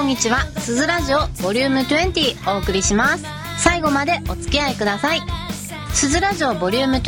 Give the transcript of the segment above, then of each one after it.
日はすずラジオボリューム20お送りします。最後までお付き合いください。すずラジオボリューム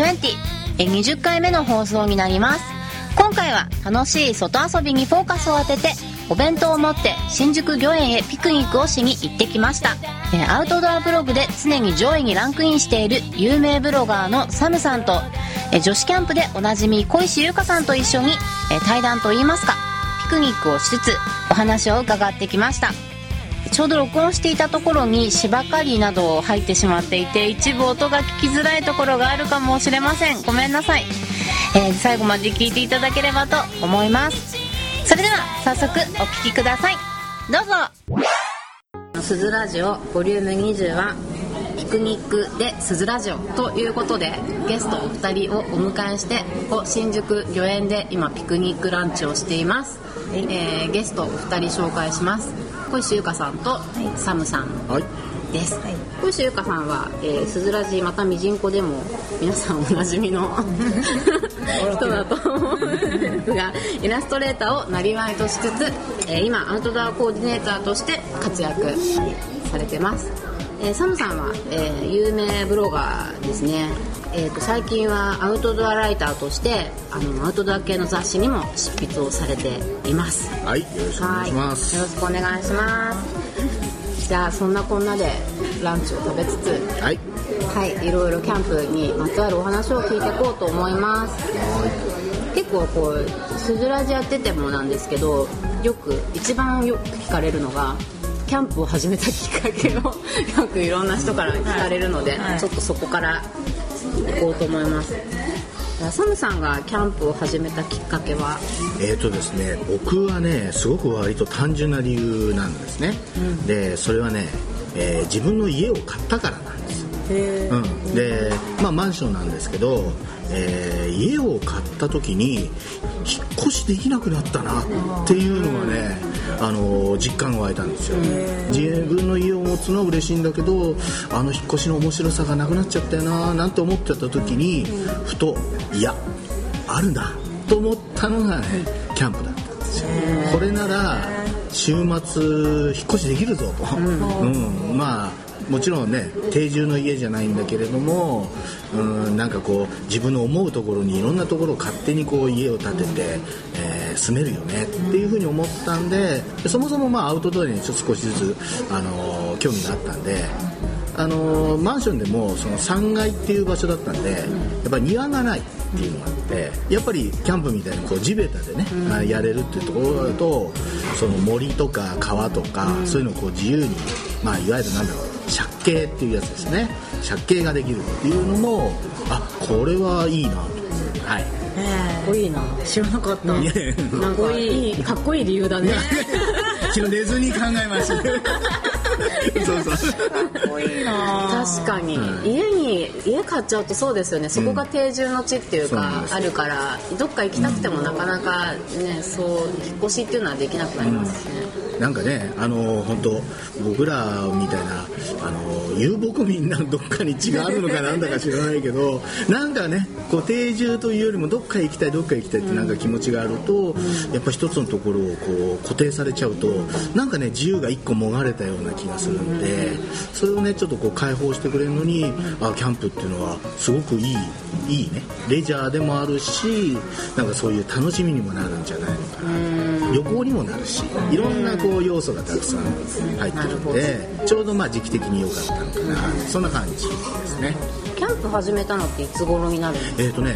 2020回目の放送になります。今回は楽しい外遊びにフォーカスを当てて、お弁当を持って新宿御苑へピクニックをしに行ってきました。アウトドアブログで常に上位にランクインしている有名ブロガーのサムさんと、女子キャンプでおなじみ小石優香さんと一緒に対談といいますか、ピクニックをしつつお話を伺ってきました。ちょうど録音していたところに芝刈りなどを入ってしまっていて、一部音が聞きづらいところがあるかもしれません。ごめんなさい。最後まで聞いていただければと思います。それでは早速お聞きください。どうぞ。すずラジオボリューム20はピクニックですずラジオということで、ゲストお二人をお迎えして、ここ新宿御苑で今ピクニックランチをしています。ゲストお二人紹介します。小石優香さんとサムさんです、はい、小石優香さんは、すずらじまたみじんこでも皆さんおなじみの人だと思うんですが、イラストレーターをなりわいとしつつ、今アウトドアコーディネーターとして活躍されてます。サムさんは、有名ブロガーですね。最近はアウトドアライターとしてアウトドア系の雑誌にも執筆をされています。 はい、よろしくお願いします。 よろしくお願いします。じゃあそんなこんなでランチを食べつつ、はい、いろいろキャンプにまつわるお話を聞いていこうと思います。結構こうすずらじやっててもなんですけど、一番よく聞かれるのがキャンプを始めたきっかけをよくいろんな人から聞かれるので、ちょっとそこから行こうと思います。サムさんがキャンプを始めたきっかけは？ ですね、僕はねすごく割と単純な理由なんですね、でそれはね、自分の家を買ったからなんです。で、マンションなんですけど、家を買った時に引っ越しできなくなったなっていうのがね、実感が湧いたんですよ。自分の家を持つのは嬉しいんだけど、引っ越しの面白さがなくなっちゃったよななんて思ってた時に、ふといやあるなと思ったのがね、キャンプだったんですよ。これなら週末引っ越しできるぞと、もちろんね定住の家じゃないんだけれども、なんかこう自分の思うところにいろんなところを勝手にこう家を建てて、住めるよねっていうふうに思ったんで、そもそもアウトドアに少しずつ、興味があったんで、マンションでもその3階っていう場所だったんで、やっぱり庭がないっていうのがあって、やっぱりキャンプみたいにこう地べたでね、やれるっていうところだと、その森とか川とか、そういうのをこう自由に、いわゆる借景っていうやつですね、借景ができるっていうのも、これはいいなと。はい、かっこいいな、知らなかった。なんかかっこいい理由だね。 昨日寝ずに考えましたそうかっこいいな。確かに、家買っちゃうとそうですよね。そこが定住の地っていうか、あるから、どっか行きたくてもなかなかね、そう引っ越しっていうのはできなくなりますね。 なんかね、本当僕らみたいな遊牧民などっかに血があるのかなんだか知らないけど、なんかねこう定住というよりもどっか行きたいってなんか気持ちがあると、やっぱ一つのところをこう固定されちゃうと、なんかね自由が一個もがれたような気がするんで、それをねちょっとこう解放してくれるのに、キャンプっていうのはすごくいいね、レジャーでもあるし、なんかそういう楽しみにもなるんじゃないのかな、旅行にもなるし、いろんなこう要素がたくさん入ってるんで、ちょうど時期的に良かったのかな、そんな感じですね。 キャンプ始めたのっていつ頃になるんですか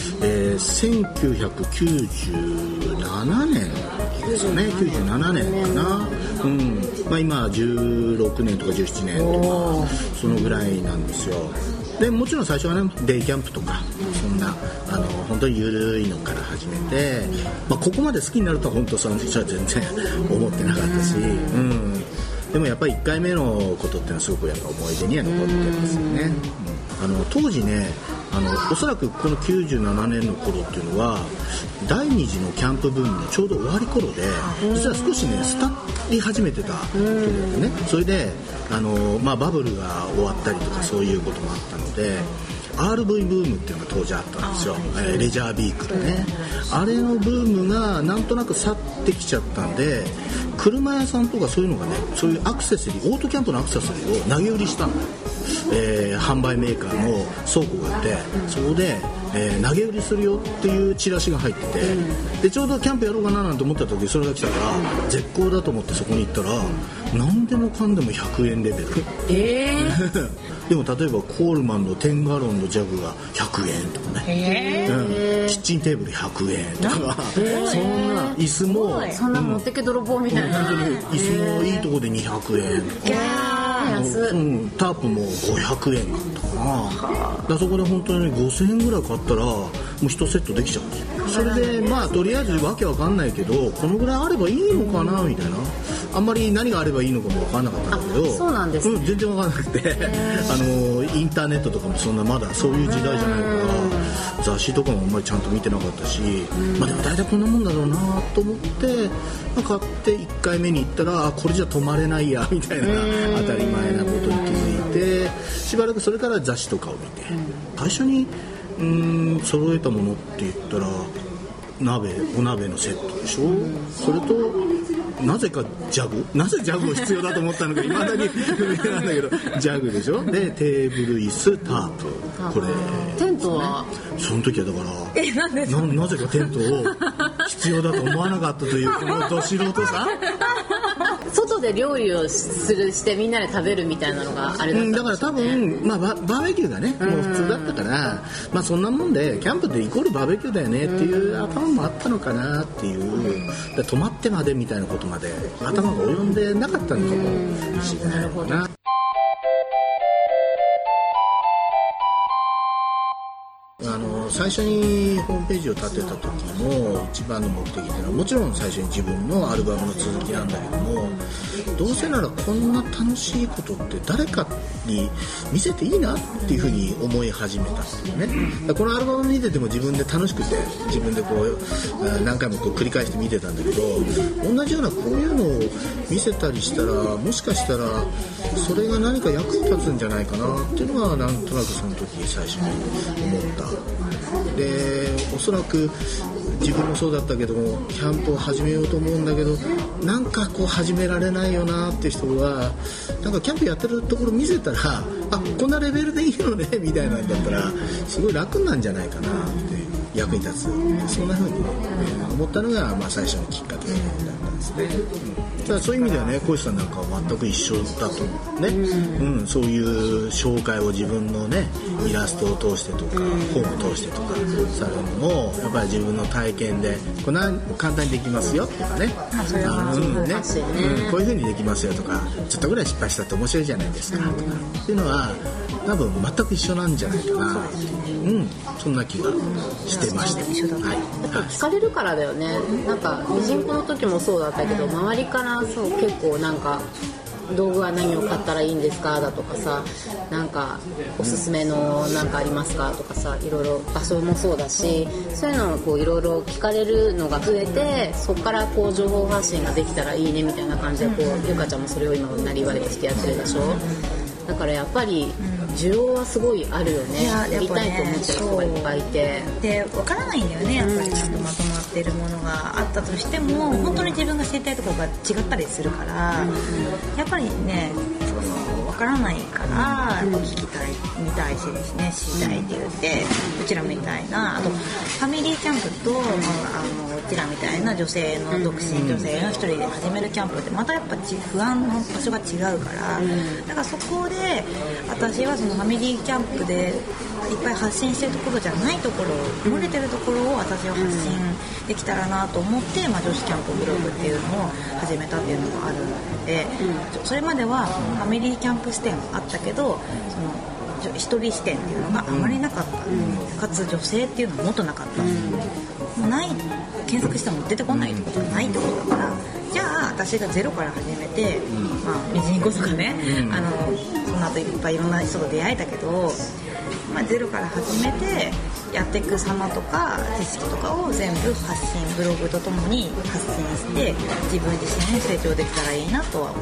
？1997年ですよね。97年かな。今16年とか17年とかそのぐらいなんですよ。でもちろん最初はねデイキャンプとかそんな本当に緩いのから始めて、ここまで好きになるとは本当その時は全然思ってなかったし、でもやっぱり1回目のことってのはすごくやっぱ思い出には残ってますよね。当時ねおそらくこの97年の頃っていうのは第二次のキャンプブームのちょうど終わり頃で、実は少しね廃り始めてたと思うんでね。それでバブルが終わったりとかそういうこともあったので、 RV ブームっていうのが当時あったんですよ。レジャービークルね、あれのブームがなんとなく去ってきちゃったんで、車屋さんとかそういうのがね、そういうアクセサリー、オートキャンプのアクセサリーを投げ売りしたの。販売メーカーの倉庫があって、そこで、投げ売りするよっていうチラシが入ってて、でちょうどキャンプやろうかななんて思った時それが来たから絶好だと思ってそこに行ったら、何でもかんでも100円レベル、でも例えばコールマンの10ガロンのジャグが100円とかね、キッチンテーブル100円とか、そんな椅子もそんな持ってけ泥棒みたいな、 本当に椅子もいいとこで200円とか、タープも500円だったかな。だそこで本当に5000円ぐらい買ったらもう1セットできちゃうんですよ。それでまあとりあえずわけわかんないけどこのぐらいあればいいのかなみたいな、あんまり何があればいいのかもわかんなかったんだけど、 そうなんですね、 全然わかんなくてインターネットとかもそんなまだそういう時代じゃないから雑誌とかもあんまりちゃんと見てなかったし、まあでも大体こんなもんだろうなと思って、買って1回目に行ったらこれじゃ泊まれないやみたいな当たり前なことに気づいて、しばらくそれから雑誌とかを見て、最初に揃えたものって言ったらお鍋のセットでしょ、それとなぜかジャグ、なぜジャグを必要だと思ったのかいまだに不明なんだけどジャグでしょ、でテーブル椅子タープ、これテントはその時はだからなぜかテントを必要だと思わなかったというこのど素人さ外で料理をしてみんなで食べるみたいなのがあれだったんですよね。 だから多分、バーベキューがねもう普通だったから、そんなもんでキャンプってイコールバーベキューだよねっていう頭もあったのかなっていう、で泊まってまでみたいなことまで頭が及んでなかったのかもしれないかな。最初にホームページを立てた時の一番の目的というのはもちろん最初に自分のアルバムの続きなんだけども、どうせならこんな楽しいことって誰かに見せていいなっていうふうに思い始めたっていうね。このアルバム見てても自分で楽しくて自分でこう何回もこう繰り返して見てたんだけど、同じようなこういうのを見せたりしたらもしかしたらそれが何か役に立つんじゃないかなっていうのがなんとなくその時最初に思った。でおそらく自分もそうだったけどもキャンプを始めようと思うんだけどなんかこう始められないよなって人はなんかキャンプやってるところ見せたらこんなレベルでいいのねみたいなんだったらすごい楽なんじゃないかなって役に立つ、そんな風に、思ったのが、最初のきっかけだったんですね。だからそういう意味ではね、小石さんなんかは全く一緒だとね、そういう紹介を自分のねイラストを通してとか本を通してとかされるのもやっぱり自分の体験でこんな簡単にできますよとかね、 それはこういう風にできますよとかちょっとぐらい失敗したって面白いじゃないですかとかっていうのは多分全く一緒なんじゃないかな、そんな気がしてました。 聞かれるからだよね。なんかミジンコの時もそうだったけど周りから結構なんか道具は何を買ったらいいんですかだとかさ、なんかおすすめのなんかありますかとかさ、いろいろ場所もそうだし、そういうのをこういろいろ聞かれるのが増えて、そこからこう情報発信ができたらいいねみたいな感じでこうゆかちゃんもそれを今なりわいとしてやってるでしょ。だからやっぱり需要はすごいあるよね。やりたいと思ってる人がいっぱいいて、 で分からないんだよね。やっぱりちゃんとまとまってるものがあったとしても、本当に自分が知りたいところが違ったりするから、やっぱりね分からないから聞きたい見たいしですね、知りたいって言って、うちらみたいな、あとファミリーキャンプと、うちらみたいな女性の独身女性の一人で始めるキャンプってまたやっぱ不安の場所が違うから、だからそこで私はそのファミリーキャンプでいっぱい発信してるところじゃないところ、漏れてるところを私は発信できたらなと思って、女子キャンプブログっていうのを始めたっていうのがあるので、それまではファミリーキャンプ視点あったけど、その一人視点っていうのがあまりなかった、かつ女性っていうのはもっとなかった、もうない、検索しても出てこないってことがないってことだから、じゃあ私がゼロから始めて、ミジンコとかね、その後いっぱいいろんな人と出会えたけど、ゼロから始めてやっていく様とか知識とかを全部発信、ブログとともに発信して自分自身も成長できたらいいなとは思って、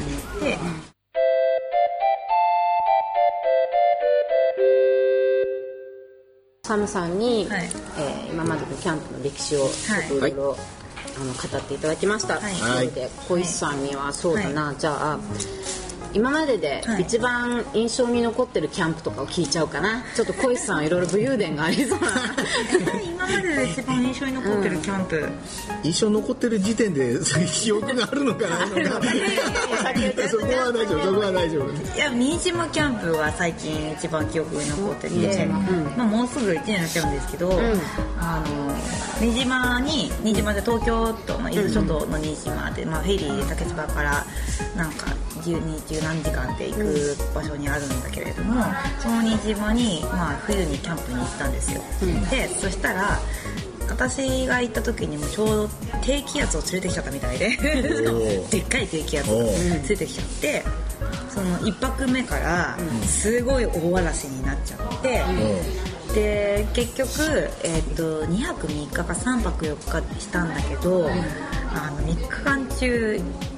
サムさんに、今までのキャンプの歴史をちょっといろいろ語っていただきました。ということで小石さんにはそうだな、じゃあ今までで一番印象に残ってるキャンプとかを聞いちゃおうかな。ちょっと小石さんはいろいろ武勇伝がありそうな今までで一番印象に残ってるキャンプ、 印象残ってる時点で記憶があるのかなそこは大丈夫、そこは大丈夫。 いや、新島キャンプは最近一番記憶に残ってて、もうすぐ1年になっちゃうんですけど、新島で東京都の伊豆諸島の新島で、フェリーで竹芝からなんか10何時間で行く場所にあるんだけれども、その新島に、冬にキャンプに行ったんですよ。でそしたら私が行った時にもちょうど低気圧を連れてきちゃったみたいでしかもでっかい低気圧を連れてきちゃって、その1泊目からすごい大嵐になっちゃって、で結局、2泊3日か3泊4日したんだけど、3日間中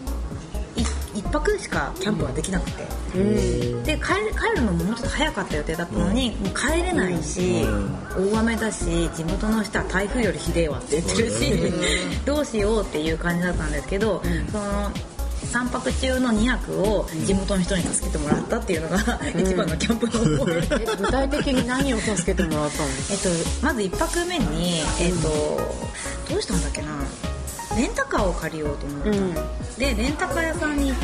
1泊しかキャンプはできなくて、で帰るのももうちょっと早かった予定だったのに、もう帰れないし、大雨だし、地元の人は台風よりひでえわって言ってるし、どうしようっていう感じだったんですけど、その3泊中の2泊を地元の人に助けてもらったっていうのが一番のキャンプの思い。 具体的に何を助けてもらったの？ まず1泊目に、どうしたんだっけな、レンタカーを借りようと思った、でレンタカー屋さんに行って、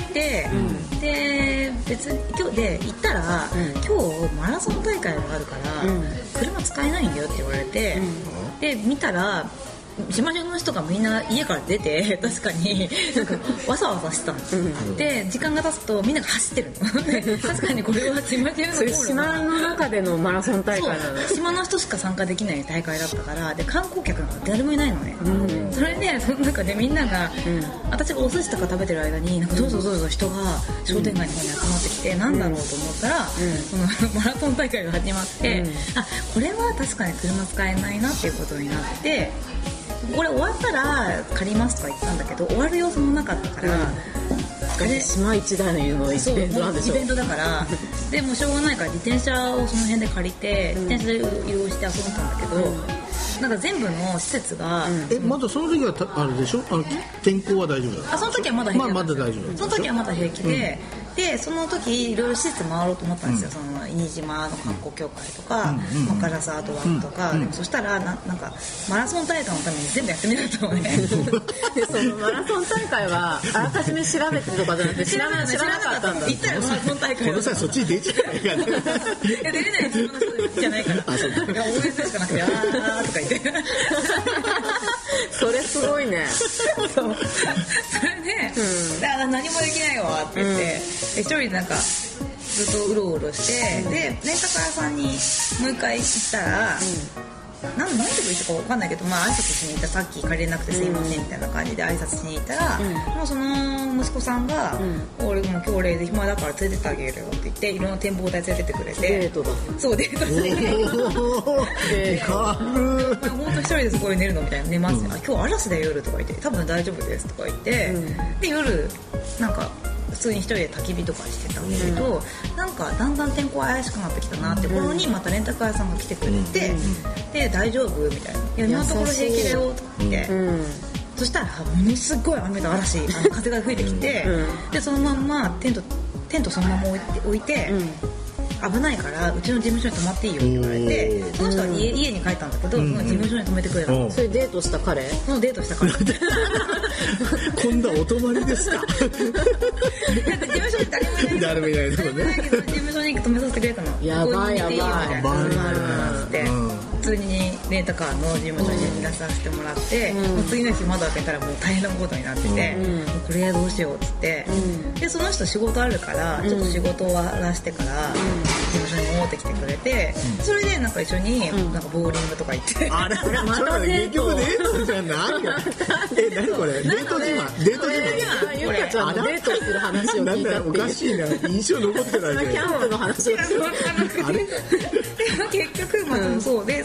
で別に今日で行ったら、今日マラソン大会があるから、車使えないんだよって言われて、で見たら島中の人がみんな家から出て、確かになんかわさわさしてたんです、で時間が経つとみんなが走ってるの確かにこれは島中の島の中でのマラソン大会なの。 島の人しか参加できない大会だったから、で観光客なんか誰もいないのね、それでその中でみんなが、私がお寿司とか食べてる間になんかどうぞ人が商店街の方に集まってきて、なんだろうと思ったら、そのマラソン大会が始まって、これは確かに車使えないなっていうことになって、これ終わったら借りますとか言ったんだけど、終わる様子もなかったから、 島一台のイベントなんでしょ。 イベントだからでもうしょうがないから自転車をその辺で借りて、自転車で移動して遊んだんだけど、なんか全部の施設が、 まだその時はあれでしょ、天候は大丈夫だった？ その時はまだ平気だった、 まだ大丈夫。 その時はまだ平気で、でその時いろいろ施設回ろうと思ったんですよ、その新島の観光協会とか、ガラスアートワークとか、でもそしたらなんかマラソン大会のために全部やってみたかったのねでそのマラソン大会はあらかじめ調べてとかじゃなくて知らなかったんだ。 行ったらマラソン大会この際そっちに出ちゃないからねいや出れない自分の人じゃないから、応援するしかなくて、あーとか言ってそれすごいねそうそれで、何もできないわって言って、一人でなんかずっとうろうろして、でレンタカー屋さんにもう一回行ったら、何て言ったか分かんないけど、挨拶しに行った、さっき借りれなくてすいませんみたいな感じで挨拶しに行ったら、もうその息子さんが、俺もう今日俺で暇だから連れてってあげるよって言って、いろんな展望台連れてってくれて、 デートだ。そうデートで本当一人でそこで寝るのみたいな、寝ます、今日嵐だよ夜とか言って、多分大丈夫ですとか言って、で夜なんか普通に一人で焚き火とかしてたんだけど、なんかだんだん天候怪しくなってきたなって頃にまたレンタカー屋さんが来てくれて、で大丈夫みたいな、いや今のところ平気だよとか言って、そしたらものすごい雨と嵐、風が吹いてきて、でそのまんまテントそのまま置いて、危ないからうちの事務所に泊まっていいよって言われて、その人は家に帰ったんだけど、その事務所に泊めてくれたの。 それデートした彼？ そのデートした彼今度はお泊まりですか？ 事務所に誰もいないけど事務所に泊めさせてくれたの。 やばいやばい普通にレンタカーの事務所に出させてもらって、次の日窓開けたらもう大変なことになってて、これはどうしようっつって、でその人仕事あるからちょっと仕事を終わらしてから事務所に戻ってきてくれて、それでなんか一緒になんかボーリングとか行って、 あれまた結局デートじゃないよ。何これデート自慢ゆかちゃんのデートする話を聞いたっていう。 おかしいな、印象残ってないキャンプの話をするあれでも結局そうで、そ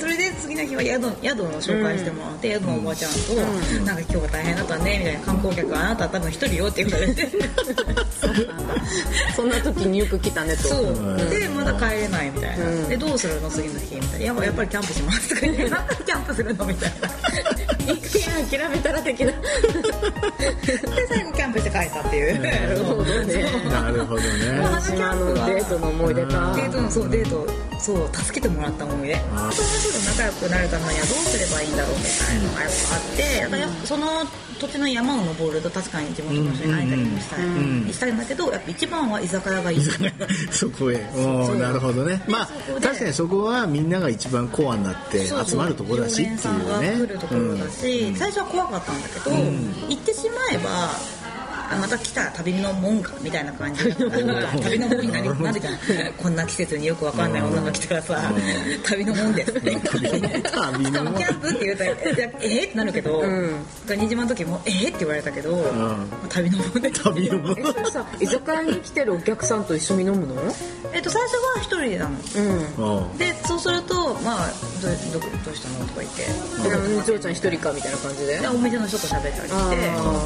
れで次の日は宿の紹介してもらって、宿のおばちゃんと、なんか今日は大変だったねみたいな、観光客あなたは多分一人よって言われてそんな時によく来たねと。 そうでまだ帰れないみたいな、でどうするの次の日みたいな、やっぱりキャンプしますとか言ってなんでキャンプするのみたいな一回諦めたら的なで最後キャンプして帰ったっていう。 なるほどね。 なるほどね。 島のデートの思い出か。 デートそう助けてもらった思い出。その人と仲良くなるためにはどうすればいいんだろうみたいなのがやっぱあって、だからその土地の山を登ると確かに地元の人に会えたりもしたいんだけど、やっぱ一番は居酒屋がいい。 そこへ。なるほどね。まあ確かにそこはみんなが一番コアになって集まるところだしっていうね。 常連さんが来るところだし、最初は怖かったんだけど、行ってしまえばまた来た旅のもんかみたいな感じで旅のもんになるじゃん。こんな季節によくわかんない女が来たらさ、旅のもんですってしかもキャンプって言うとってなるけど、新島の時もって言われたけど、旅のもんで旅のもん居酒屋に来てるお客さんと一緒に飲むの？ 最初は一人なの、でそうするとまあどうしたのとか言って、 ジョーちゃん一人かみたいな感じでお店の人と喋ったりして、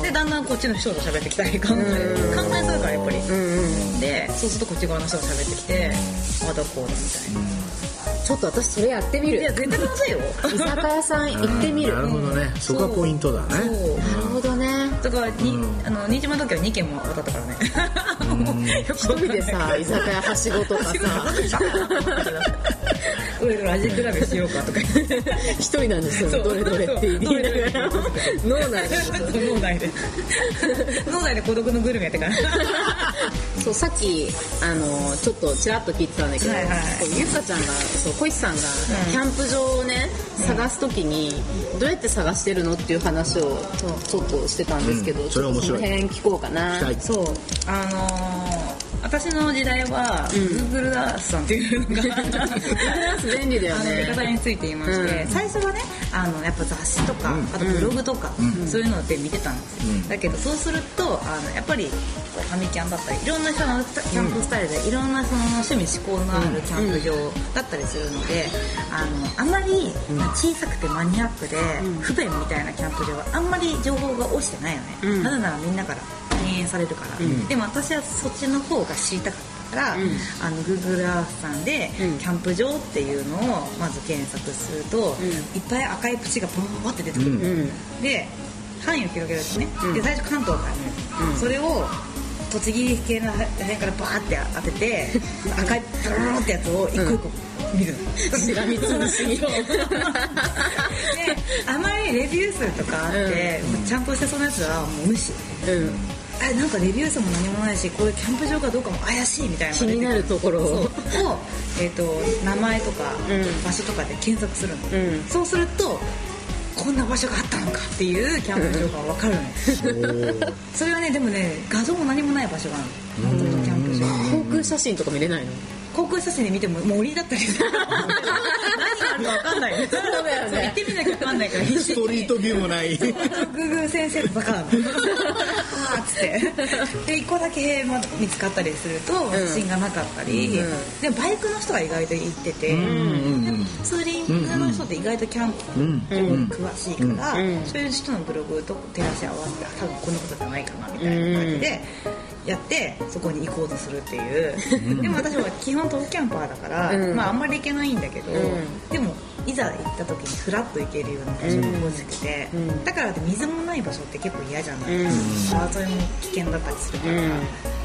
でだんだんこっちの人と喋ってきたり考えするからやっぱり、でそうするとこっち側の人が喋ってきてまだこうだみたいな。 ちょっと私それやってみる。 いや絶対まずいよ。 居酒屋さん行ってみる。 なるほどね。そこがポイントだね。 なるほどね。 だから新島の時は2軒も渡ったからね。 一人でさ居酒屋はしごとかさどれどれ味比べしようかとか一人なんですよ。どれどれって言いながら脳内で孤独のグルメやってからそうさっきちょっとちらっと聞いてたんだけど、ゆっかちゃんが小石さんがキャンプ場をね探す時にどうやって探してるのっていう話をちょっとしてたんですけど、 それ面白い。 その辺聞こうかな。 そう私の時代は Google Earth さんっていうのが Google Earth 便利だよね。 味方についていまして、最初はねやっぱ雑誌とかあとブログとか、そういうので見てたんですよ、だけどそうするとやっぱりファミキャンだったりいろんな人のキャンプスタイルでいろんなその趣味嗜好のあるキャンプ場だったりするので、あんまり小さくてマニアックで不便みたいなキャンプ場はあんまり情報が落ちてないよね、なぜならみんなから敬遠されるから、でも私はそっちの方が知りたかったから、Google Earth さんでキャンプ場っていうのをまず検索すると、いっぱい赤いプチがポンポンって出てくる、で範囲を広げるとね、で最初関東からね、それを栃木系の辺からバーって当てて赤いブローってやつを一個一個見るの。 しらみつぶしであまりレビュー数とかあって、ちゃんとしてそうなやつはもう無視、なんかレビュー数も何もないし、これキャンプ場かどうかも怪しいみたいな気になるところを名前とか場所とかで検索するの、そうするとこんな場所があったのかっていうキャンプ場が分かるのそれはね、でもね画像も何もない場所があるの、本当のキャンプ場。 航空写真とか見れないの？ 航空写真で見ても森だったりする何があるか分かんない。そうだよね、行ってみなきゃ分かんないからストリートビューもないグーグル先生バカなのあーっつってで1個だけ見つかったりすると写真がなかったり、でもバイクの人が意外と行ってて、ツーリングの人って意外とキャンプに詳しいから、そういう人のブログと照らし合わせて多分こんなことじゃないかなみたいな感じでやってそこに行こうとするっていうでも私は基本冬キャンパーだから、あんまり行けないんだけど、でもいざ行った時にフラッと行けるような場所が欲しくて、だからって水もない場所って結構嫌じゃないですか、川沿いも危険だったりするから、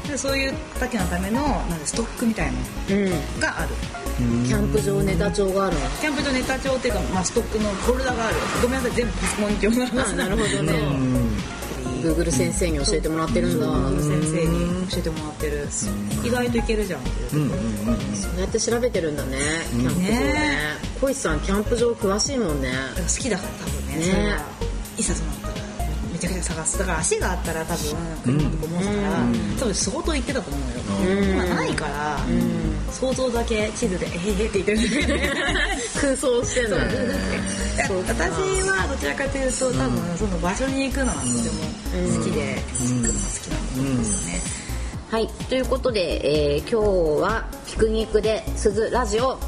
でそういう時のためのなんかストックみたいなのがある、 キャンプ場ネタ帳があるの？ キャンプ場ネタ帳っていうか、ストックのフォルダがある。ごめんなさい、全部パソコンに用の話なるほどね。Google 先生に教えてもらってるんだ。 Google 先生に教えてもらってる。意外といけるじゃん。 そうやって調べてるんだね、キャンプ場ね。小石さんキャンプ場詳しいもんね。 好きだから多分ね。いざとなったらめちゃくちゃ探す。だから足があったら多分車とか持ってたら多分相当行ってたと思うよ。ないから想像だけ地図でへへって言ってるんだけど空想してるの。 私はどちらかというと多分その場所に行くのはとても好きで行くのが好きなんですよね。 はい、ということで、今日はピクニックで鈴ラジオ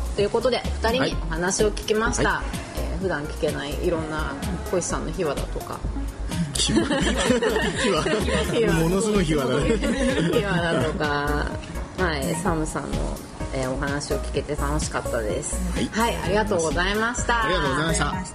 ということで2人にお話を聞きました、 はい普段聞けないいろんな小石さんの秘話だとか秘話ものすごい秘話だね秘話だとか、はい、サムさんの、お話を聞けて楽しかったです。はい、ありがとうございました。 ありがとうございました。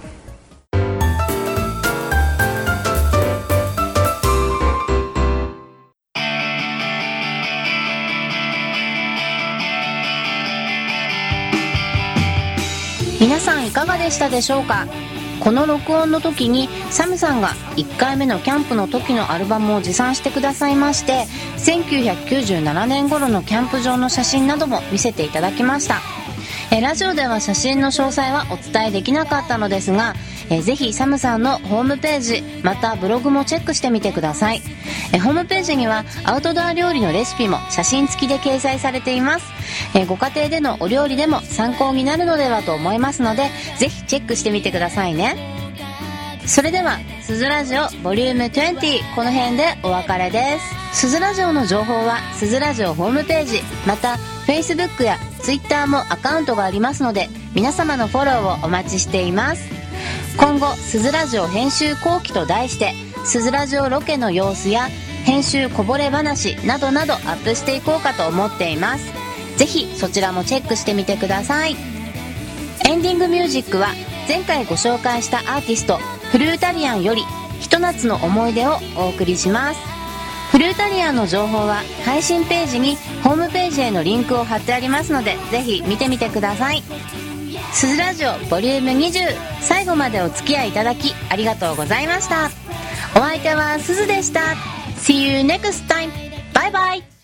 皆さんいかがでしたでしょうか。この録音の時にサムさんが1回目のキャンプの時のアルバムを持参してくださいまして、1997年頃のキャンプ場の写真なども見せていただきました。ラジオでは写真の詳細はお伝えできなかったのですが、ぜひサムさんのホームページまたブログもチェックしてみてください。ホームページにはアウトドア料理のレシピも写真付きで掲載されています。ご家庭でのお料理でも参考になるのではと思いますので、ぜひチェックしてみてくださいね。それではすずラジオボリューム20、この辺でお別れです。すずラジオの情報はすずラジオホームページまた Facebook や Twitter もアカウントがありますので、皆様のフォローをお待ちしています。今後すずラジオ編集後期と題してすずラジオロケの様子や編集こぼれ話などなどアップしていこうかと思っています。ぜひそちらもチェックしてみてください。エンディングミュージックは前回ご紹介したアーティストフルータリアンよりひと夏の思い出をお送りします。フルータリアンの情報は配信ページにホームページへのリンクを貼ってありますので、ぜひ見てみてください。すずラジオボリューム20、最後までお付き合いいただきありがとうございました。お相手はすずでした。 See you next time. バイバイ。